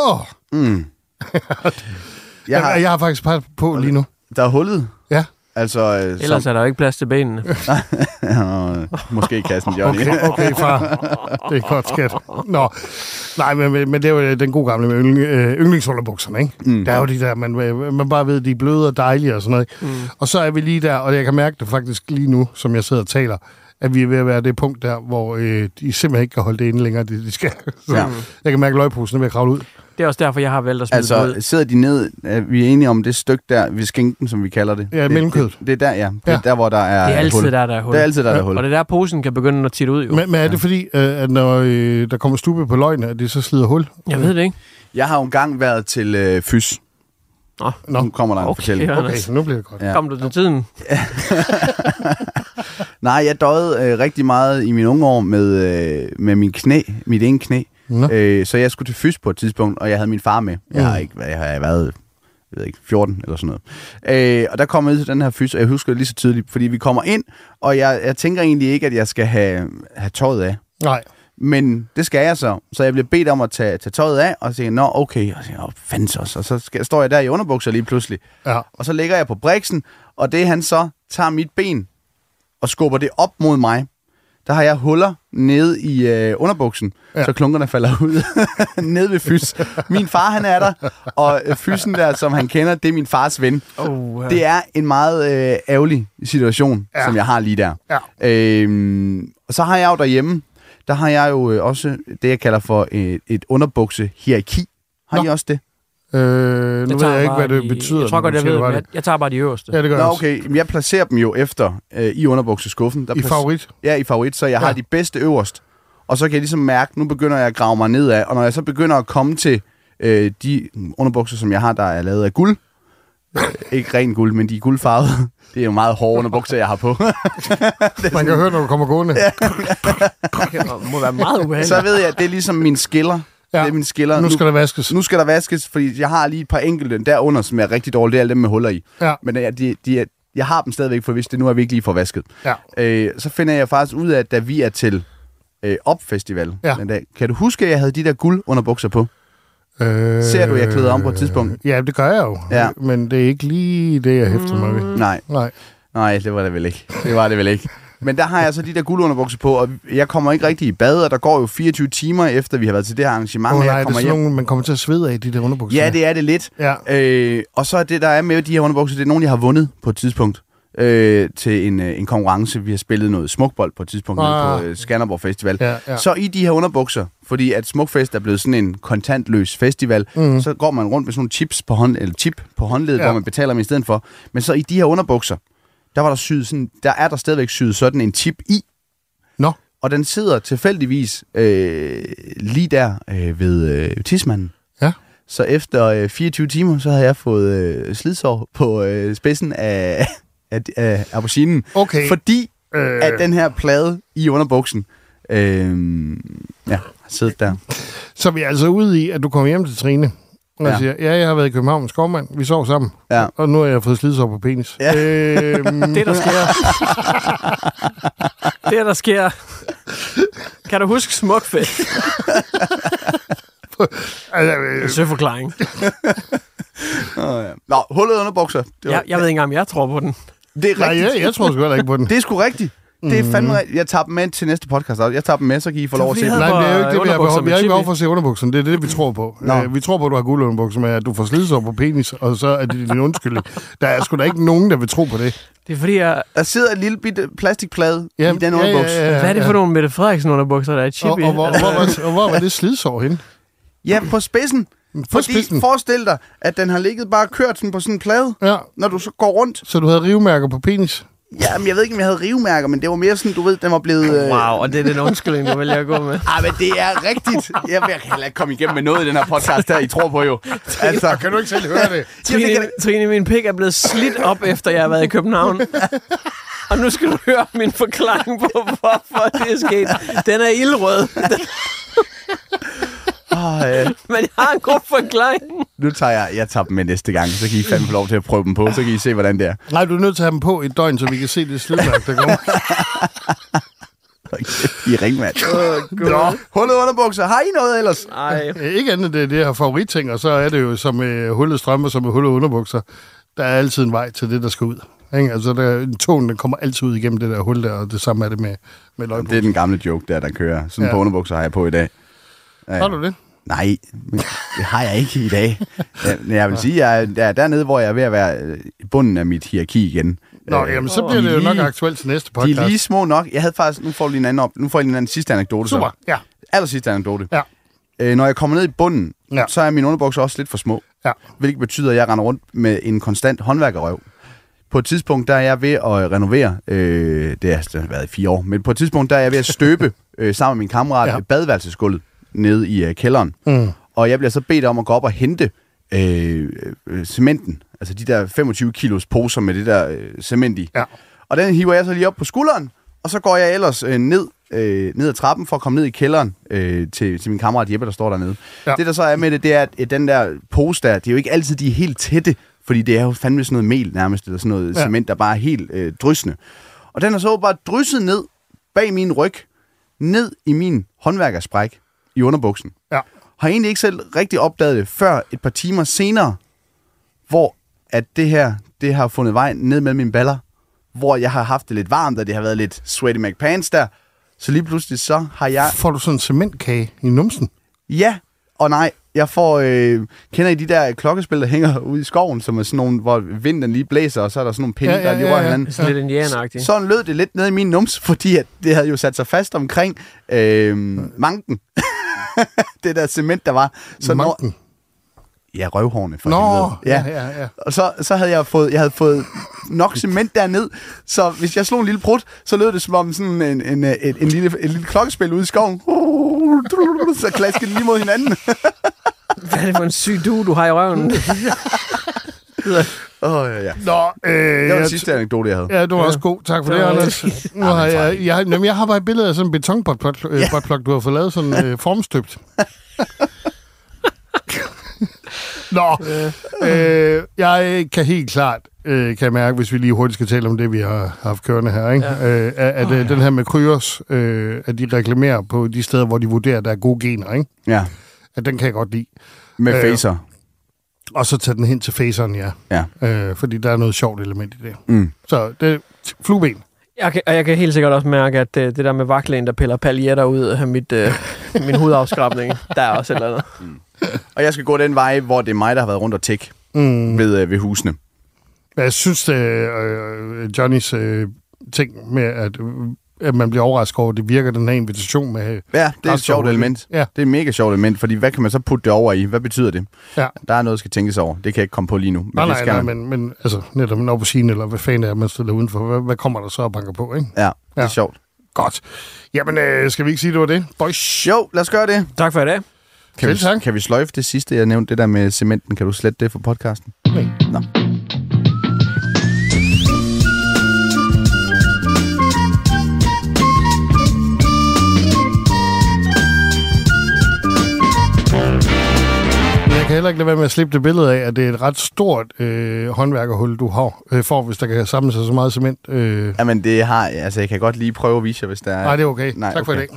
Jeg har faktisk peget på lige nu. Der er hullet? Ja. Altså, ellers er der jo ikke plads til benene. Måske i kassen, Johnny. Okay, far. Det er godt, skat. Nå. Nej, men det er jo den gode gamle med yndlingsunderbukserne, ikke? Der er jo de der, man bare ved, de er bløde og dejlige og sådan noget. Og så er vi lige der, og jeg kan mærke det faktisk lige nu, som jeg sidder og taler, at vi er ved at være det punkt der, hvor de simpelthen ikke kan holde det inde længere, de skal. Så jeg kan mærke, at løgposen er ved at kravle ud. Det er også derfor, jeg har valgt at smide ud. Altså, sidder de ned, vi er enige om det stykke der, ved skinken, som vi kalder det. Ja, mellemkødet. Det er der, ja. Det er der, hvor der er det er altid hul. Der er hul. Det er altid, der er hul. Og det er der, posen kan begynde at titte ud, jo. Men er det fordi, at når der kommer stube på løgene, at det så slider hul? Jeg ved det ikke. Jeg har jo engang været til fys. Nu kommer der en fortælling. Okay, så nu bliver det godt. Ja. Kom du til tiden? Nej, jeg døjede rigtig meget i mine unge år med mit ene knæ. Så jeg skulle til fys på et tidspunkt, og jeg havde min far med. Jeg har været 14 eller sådan noget. Og der kom jeg ud til den her fys, og jeg husker det lige så tydeligt, fordi vi kommer ind, og jeg tænker egentlig ikke, at jeg skal have tøjet af. Nej. Men det skal jeg så. Så jeg bliver bedt om at tage tøjet af, og sige, nå, okay. Og så siger fandens også. Og så står jeg der i underbukser lige pludselig. Ja. Og så ligger jeg på briksen, og det han så tager mit ben og skubber det op mod mig. Der har jeg huller nede i underbuksen, så klunkerne falder ud nede ved fys. Min far, han er der, og fysen der, som han kender, det er min fars ven. Det er en meget ærgerlig situation, som jeg har lige der. Ja. Og så har jeg jo derhjemme, der har jeg jo også det, jeg kalder for et underbukse-hierarki. Har I også det? Nu ved jeg ikke, hvad det betyder. Jeg tror godt, jeg ved, men jeg tager bare de øverste. Ja, det gør jeg også. Okay, jeg placerer dem jo efter i underbukseskuffen. I favorit? Ja, i favorit, så jeg har de bedste øverst. Og så kan jeg ligesom mærke, nu begynder jeg at grave mig nedad. Og når jeg så begynder at komme til de underbukser, som jeg har, der er lavet af guld. Ikke ren guld, men de er guldfarvede. Det er jo meget hårde underbukser, jeg har på. Man kan høre, når du kommer gående. Det må være meget ubehageligt. Så ved jeg, at det er ligesom min skiller. Det er min skiller. Nu skal der vaskes. Nu skal der vaskes, fordi jeg har lige et par enkelte derunder, som er rigtig dårlige. Det er alle dem med huller i. Ja. Men jeg har dem stadigvæk, for hvis det nu er vi ikke lige får vasket. Ja. Så finder jeg faktisk ud af, at da vi er til Op-festival den dag, kan du huske, at jeg havde de der guld-underbukser på? Ser du, jeg klæder om på et tidspunkt? Ja, det gør jeg jo. Ja. Men det er ikke lige det, jeg hæfter mig ved. Nej, det var det vel ikke. Men der har jeg så de der guldunderbukser på, og jeg kommer ikke rigtig i bad, og der går jo 24 timer efter, vi har været til det her arrangement. Nej, det er sådan nogle, man kommer til at svede af, de der underbukser. Ja, det er det lidt. Ja. Og så er det, der er med de her underbukser, det er nogen, jeg har vundet på et tidspunkt til en konkurrence. Vi har spillet noget smukbold på et tidspunkt på Skanderborg Festival. Ja. Så i de her underbukser, fordi at Smukfest er blevet sådan en kontantløs festival, så går man rundt med sådan nogle chips på chip på håndledet, hvor man betaler dem i stedet for. Men så i de her underbukser, der er der stadigvæk syet sådan en chip i. Nå. Og den sidder tilfældigvis lige der ved tidsmanden. Ja. Så efter 24 timer, så havde jeg fået slidsår på spidsen af auberginen. Okay. Fordi at den her plade i underbuksen har siddet der. Så vi er altså ude i, at du kommer hjem til Trine. Og jeg siger, jeg har været i København med Skovmand. Vi sov sammen. Ja. Og nu har jeg fået slidsår på penis. Ja. Det, der sker. Kan du huske Smukfest? Søforklaring. Nå, hullet underbukser. Jeg ved ikke engang, om jeg tror på den. Det er rigtigt. Nej, jeg tror sgu heller ikke på den. Det er sgu rigtigt. Det er fandme rigtigt. Jeg tager dem med til næste podcast. Jeg tager dem med, så kan I få lov at se dem. Nej, det er jo ikke det, vi har behov. Vi har ikke behov for at se underbukserne. Det er det, vi tror på. Vi tror på, at du har guldunderbukser med, at du får slidsår på penis, og så er det din undskyldning. Der er sgu da ikke nogen, der vil tro på det. Det er fordi, der sidder en lille bitte plastikplade i den underbuks. Hvad er det for nogle Mette Frederiksen underbukser, der er chip i? Og hvor var det slidsår henne? Ja, på spidsen. Fordi forestil dig, at den har ligget bare kørt sådan på sådan en plade, når du så går rundt. Så du havde rivmærker på penis? Ja, men jeg ved ikke, om jeg havde rivmærker, men det var mere sådan, du ved, den var blevet... Wow, og det er den undskyldning, du vælger at gå med. Men det er rigtigt. Jeg vil heller ikke komme igennem med noget i den her podcast, der I tror på jo. Altså, kan du ikke selv høre det? Trine, min pik er blevet slidt op, efter jeg har været i København. Og nu skal du høre min forklaring på, hvorfor det er sket. Den er ildrød. Men jeg har en god forklaring. Nu tager jeg tager dem med næste gang, så kan I fandme få lov til at prøve dem på, så kan I se, hvordan det er. Nej, du er nødt til at have dem på et døgn, så vi kan se det slidmærke, der kommer. I ringmand. Hullet underbukser. Har I noget ellers? Nej. Ikke andet det her favoritting, og så er det jo som hullet strømper, som hullet underbukser. Der er altid en vej til det, der skal ud. Ikke? Altså, togen den kommer altid ud igennem det der hul der, og det samme er det med løgbukser. Det er den gamle joke, der kører. Sådan på underbukser har jeg på i dag. Har du det? Nej, det har jeg ikke i dag. Jeg vil sige, jeg er dernede, hvor jeg er ved at være i bunden af mit hierarki igen. Nå, jamen så bliver det jo nok aktuelt til næste podcast. De er lige små nok. Jeg havde faktisk, nu får jeg lige en anden sidste anekdote. Super, ja. Aller sidste anekdote. Ja. Når jeg kommer ned i bunden, så er mine underbukser også lidt for små. Ja. Hvilket betyder, at jeg render rundt med en konstant håndværkerrøv. På et tidspunkt, der er jeg ved at renovere, det har været i 4 år, men på et tidspunkt, der er jeg ved at støbe sammen med min kammerat badeværelsesgulvet nede i kælderen. Og jeg bliver så bedt om at gå op og hente cementen, altså de der 25 kilos poser med det der cement i. Ja. Og den hiver jeg så lige op på skulderen, og så går jeg ellers ned ad trappen for at komme ned i kælderen til min kammerat Jeppe, der står dernede. Ja. Det, der så er med det, det er, at den der pose der, det er jo ikke altid, de er helt tætte, fordi det er jo fandme sådan noget mel nærmest, eller sådan noget cement, der bare er helt drysende. Og den er så bare drysset ned bag min ryg, ned i min håndværkerspræk i underbuksen. Ja. Har egentlig ikke selv rigtig opdaget det, før et par timer senere, hvor at det har fundet vej ned med mine baller, hvor jeg har haft det lidt varmt, og det har været lidt sweaty McPants der. Så lige pludselig så har jeg... Får du sådan en cementkage i numsen? Ja, og nej. Jeg får... kender I de der klokkespil, der hænger ude i skoven, som er sådan nogle, hvor vinden lige blæser, og så er der sådan nogle pinde, der lige rører hinanden. Sådan lidt indianeragtigt. Sådan lød det lidt ned i min nums, fordi at det havde jo sat sig fast omkring manken. Det der cement, der var. Så manken? Ja, røvhårene for helvede. Ja. Og så havde jeg fået nok cement derned, så hvis jeg slog en lille prut, så lød det som om sådan en lille klokkespil ude i skoven. Så klaskede det lige mod hinanden. Hvad er det for en syg du har i røven? Ja. Nå, det var den sidste anekdote, jeg havde. Ja, du var også god. Tak for det, Anders. Nu har jeg har bare et billede af sådan en betonbotplok, du har fået lavet sådan formstøbt. Nå, jeg kan helt klart, kan jeg mærke, hvis vi lige hurtigt skal tale om det, vi har haft kørende her, ikke? At den her med Kryos, at de reklamerer på de steder, hvor de vurderer, at der er gode gener, ikke? Ja. At den kan jeg godt lide. Med facer. Og så tage den hen til faceren, ja. Fordi der er noget sjovt element i det. Så det er flueben. Jeg kan helt sikkert også mærke, at det der med vaklen, der piller paljetter ud af min hudafskrabning, der er også et eller andet. Og jeg skal gå den vej, hvor det er mig, der har været rundt og tække ved husene. Jeg synes, Johnnys ting med, at man bliver overrasket over, det virker, den her invitation med... Ja, det er et sjovt element. Ja. Det er et mega sjovt element, fordi hvad kan man så putte det over i? Hvad betyder det? Ja. Der er noget, der skal tænkes over. Det kan jeg ikke komme på lige nu. Men men altså, netop en aubergine, eller hvad fanden er man stiller udenfor? Hvad kommer der så og banker på, ikke? Ja, det er sjovt. Godt. Jamen, skal vi ikke sige, det var det, boys? Jo, lad os gøre det. Tak for i dag. Kan vi sløjfe det sidste, jeg nævnte, det der med cementen? Kan du slette det for podcasten? Nej. Nå. Jeg kan heller ikke lade være med at slippe det billede af, at det er et ret stort håndværkerhul, du får, hvis der kan samle sig så meget cement. Jamen, det har jeg. Altså, jeg kan godt lige prøve at vise jer, hvis der er... Nej, det er okay. Nej, tak for i dag.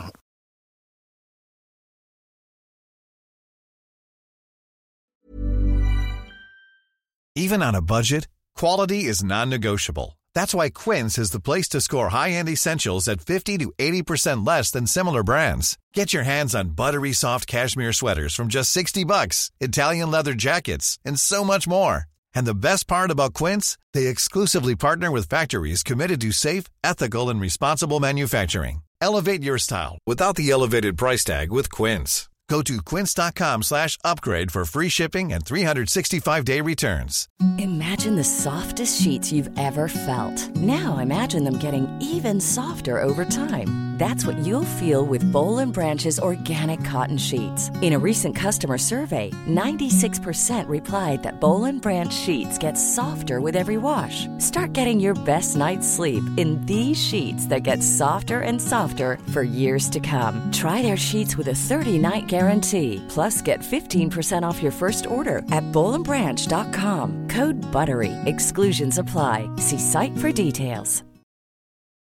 Even on a budget, quality is non-negotiable. That's why Quince is the place to score high-end essentials at 50 to 80% less than similar brands. Get your hands on buttery soft cashmere sweaters from just $60, Italian leather jackets, and so much more. And the best part about Quince, they exclusively partner with factories committed to safe, ethical, and responsible manufacturing. Elevate your style without the elevated price tag with Quince. Go to quince.com/upgrade for free shipping and 365-day returns. Imagine the softest sheets you've ever felt. Now imagine them getting even softer over time. That's what you'll feel with Boll & Branch's organic cotton sheets. In a recent customer survey, 96% replied that Boll & Branch sheets get softer with every wash. Start getting your best night's sleep in these sheets that get softer and softer for years to come. Try their sheets with a 30-night guarantee. Plus, get 15% off your first order at bollandbranch.com. Code BUTTERY. Exclusions apply. See site for details.